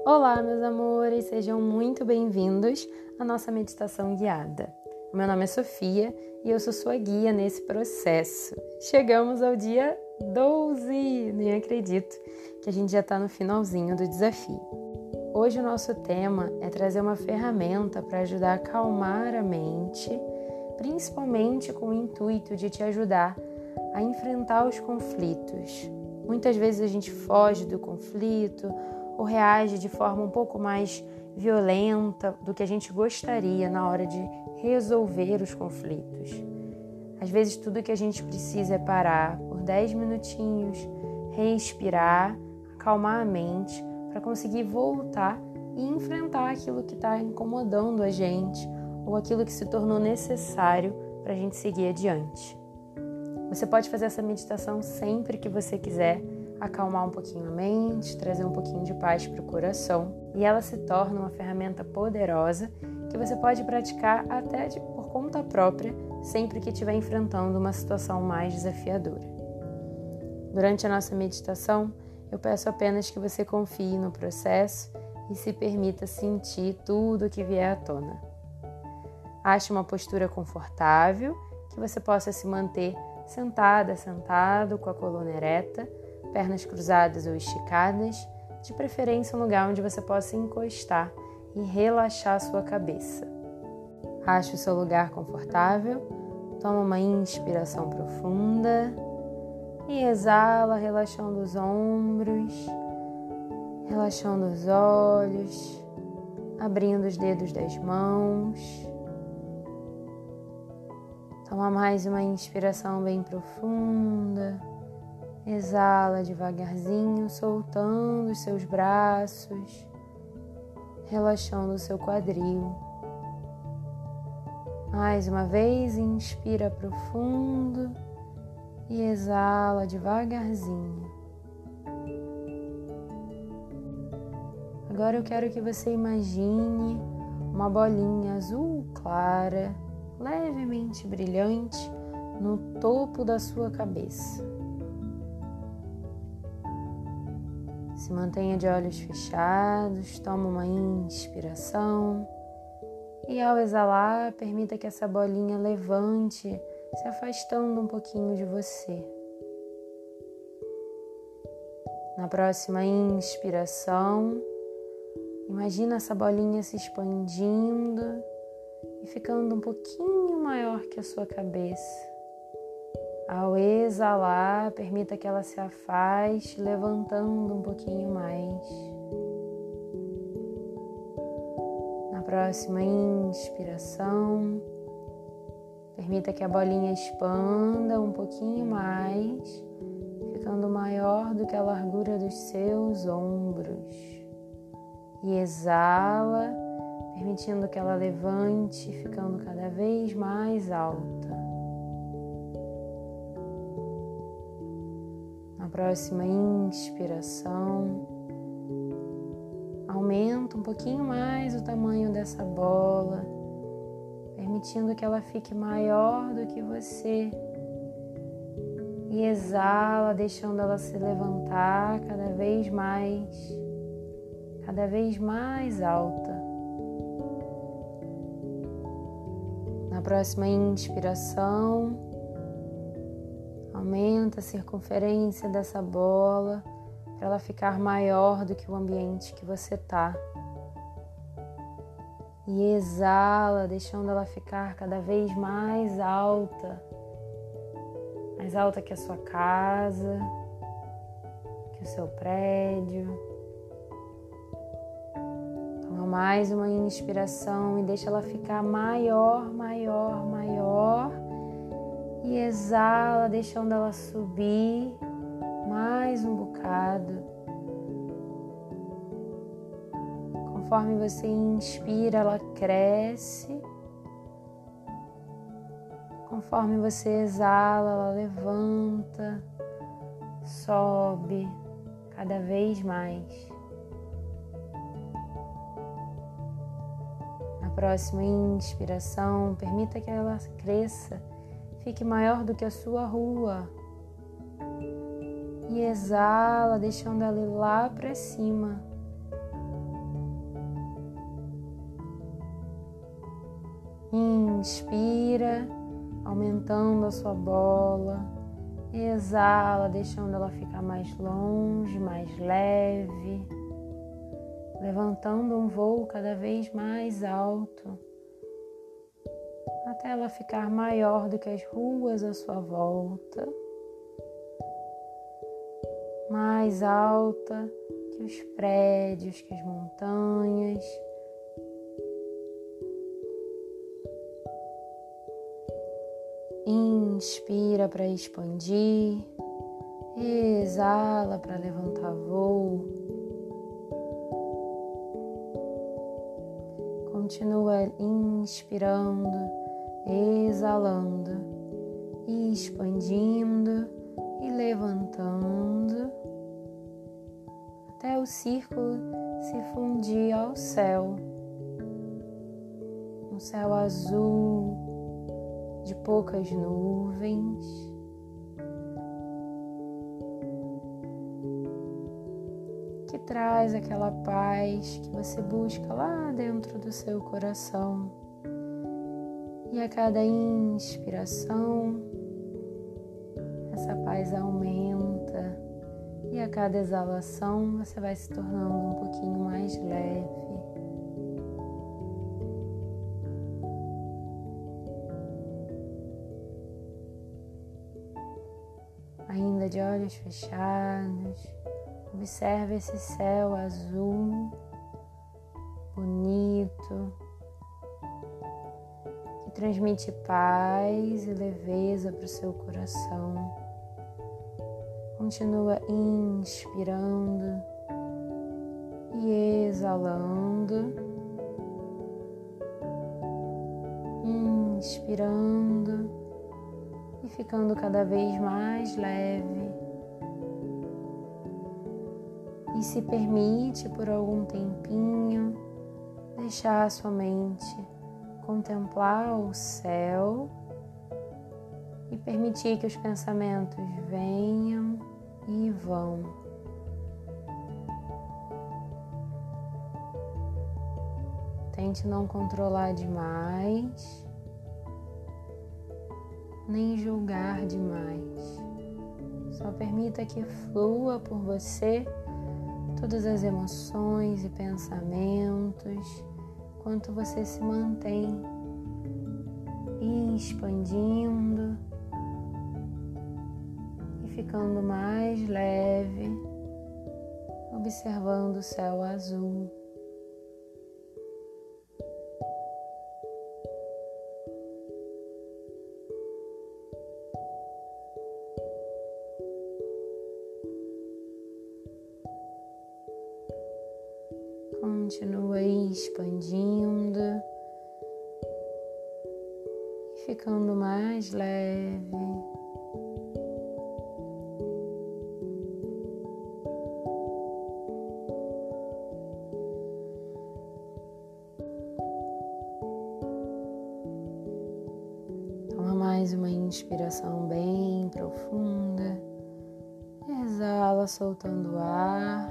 Olá, meus amores, sejam muito bem-vindos à nossa meditação guiada. O meu nome é Sofia e eu sou sua guia nesse processo. Chegamos ao dia 12, nem acredito que a gente já está no finalzinho do desafio. Hoje o nosso tema é trazer uma ferramenta para ajudar a acalmar a mente, principalmente com o intuito de te ajudar a enfrentar os conflitos. Muitas vezes a gente foge do conflito ou reage de forma um pouco mais violenta do que a gente gostaria na hora de resolver os conflitos. Às vezes tudo que a gente precisa é parar por 10 minutinhos, respirar, acalmar a mente para conseguir voltar e enfrentar aquilo que está incomodando a gente ou aquilo que se tornou necessário para a gente seguir adiante. Você pode fazer essa meditação sempre que você quiser, acalmar um pouquinho a mente, trazer um pouquinho de paz para o coração, e ela se torna uma ferramenta poderosa que você pode praticar até por conta própria, sempre que estiver enfrentando uma situação mais desafiadora. Durante a nossa meditação, eu peço apenas que você confie no processo e se permita sentir tudo o que vier à tona. Ache uma postura confortável, que você possa se manter sentado, com a coluna ereta, pernas cruzadas ou esticadas, de preferência um lugar onde você possa encostar e relaxar a sua cabeça. Ache o seu lugar confortável, toma uma inspiração profunda e exala, relaxando os ombros, relaxando os olhos, abrindo os dedos das mãos. Toma mais uma inspiração bem profunda. Exala devagarzinho, soltando os seus braços, relaxando o seu quadril. Mais uma vez, inspira profundo e exala devagarzinho. Agora eu quero que você imagine uma bolinha azul clara, levemente brilhante, no topo da sua cabeça. Se mantenha de olhos fechados, toma uma inspiração e ao exalar, permita que essa bolinha levante, se afastando um pouquinho de você. Na próxima inspiração, imagina essa bolinha se expandindo e ficando um pouquinho maior que a sua cabeça. Ao exalar, permita que ela se afaste, levantando um pouquinho mais. Na próxima inspiração, permita que a bolinha expanda um pouquinho mais, ficando maior do que a largura dos seus ombros. E exala, permitindo que ela levante, ficando cada vez mais alta. Na próxima inspiração, aumenta um pouquinho mais o tamanho dessa bola, permitindo que ela fique maior do que você. E exala, deixando ela se levantar cada vez mais alta. Na próxima inspiração, aumenta a circunferência dessa bola para ela ficar maior do que o ambiente que você está. E exala, deixando ela ficar cada vez mais alta que a sua casa, que o seu prédio. Toma mais uma inspiração e deixa ela ficar maior. E exala, deixando ela subir mais um bocado. Conforme você inspira, ela cresce. Conforme você exala, ela levanta, sobe cada vez mais. Na próxima inspiração, permita que ela cresça, fique maior do que a sua rua. E exala, deixando ela ir lá para cima. Inspira, aumentando a sua bola. Exala, deixando ela ficar mais longe, mais leve. Levantando um voo cada vez mais alto, até ela ficar maior do que as ruas à sua volta. Mais alta que os prédios, que as montanhas. Inspira para expandir, exala para levantar voo. Continua inspirando, exalando, expandindo e levantando até o círculo se fundir ao céu. Um céu azul, de poucas nuvens. Que traz aquela paz que você busca lá dentro do seu coração. E a cada inspiração, essa paz aumenta. E a cada exalação, você vai se tornando um pouquinho mais leve. Ainda de olhos fechados, observe esse céu azul, bonito, que transmite paz e leveza para o seu coração. Continua inspirando e exalando, inspirando e ficando cada vez mais leve. E se permite por algum tempinho deixar a sua mente contemplar o céu e permitir que os pensamentos venham e vão. Tente não controlar demais, nem julgar demais. Só permita que flua por você todas as emoções e pensamentos, enquanto você se mantém expandindo e ficando mais leve, observando o céu azul. Continua expandindo e ficando mais leve. Toma mais uma inspiração bem profunda. Exala, soltando o ar.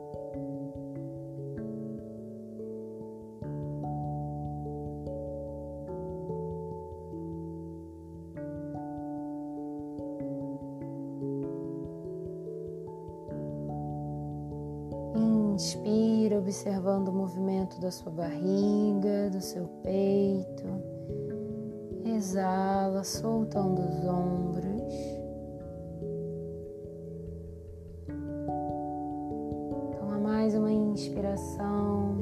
Inspira, observando o movimento da sua barriga, do seu peito. Exala, soltando os ombros. Toma mais uma inspiração.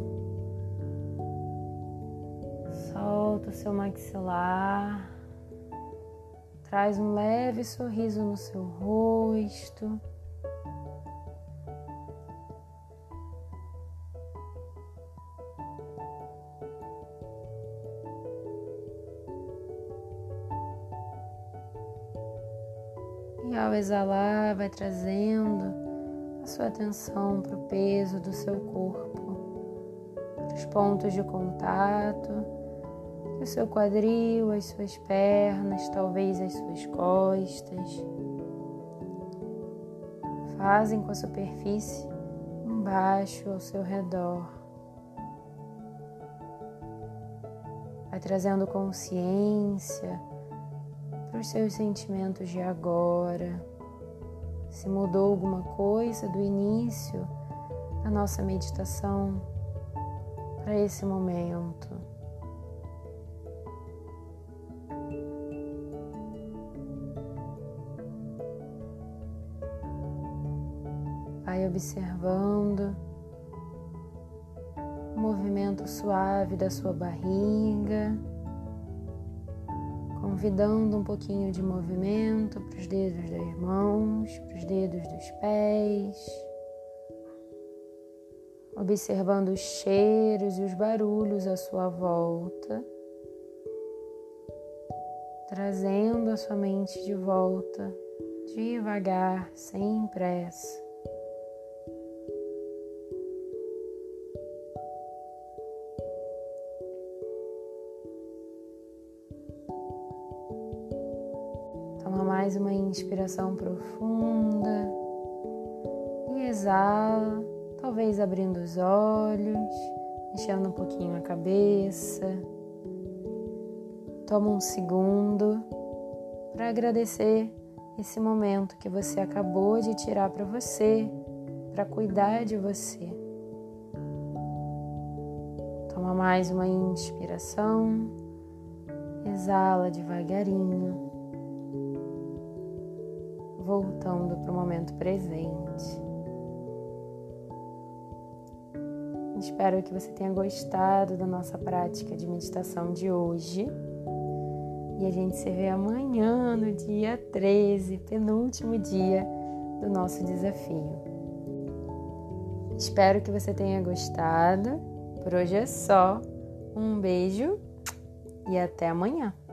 Solta o seu maxilar. Traz um leve sorriso no seu rosto. E ao exalar, vai trazendo a sua atenção para o peso do seu corpo, para os pontos de contato, o seu quadril, as suas pernas, talvez as suas costas, fazem com a superfície embaixo ao seu redor. Vai trazendo consciência para os seus sentimentos de agora. Se mudou alguma coisa do início da nossa meditação para esse momento. Vai observando o movimento suave da sua barriga, convidando um pouquinho de movimento para os dedos das mãos, para os dedos dos pés, observando os cheiros e os barulhos à sua volta, trazendo a sua mente de volta, devagar, sem pressa. Toma mais uma inspiração profunda e exala, talvez abrindo os olhos, mexendo um pouquinho a cabeça. Toma um segundo para agradecer esse momento que você acabou de tirar para você, para cuidar de você. Toma mais uma inspiração, exala devagarinho, voltando para o momento presente. Espero que você tenha gostado da nossa prática de meditação de hoje. E a gente se vê amanhã, no dia 13, penúltimo dia do nosso desafio. Espero que você tenha gostado. Por hoje é só. Um beijo e até amanhã.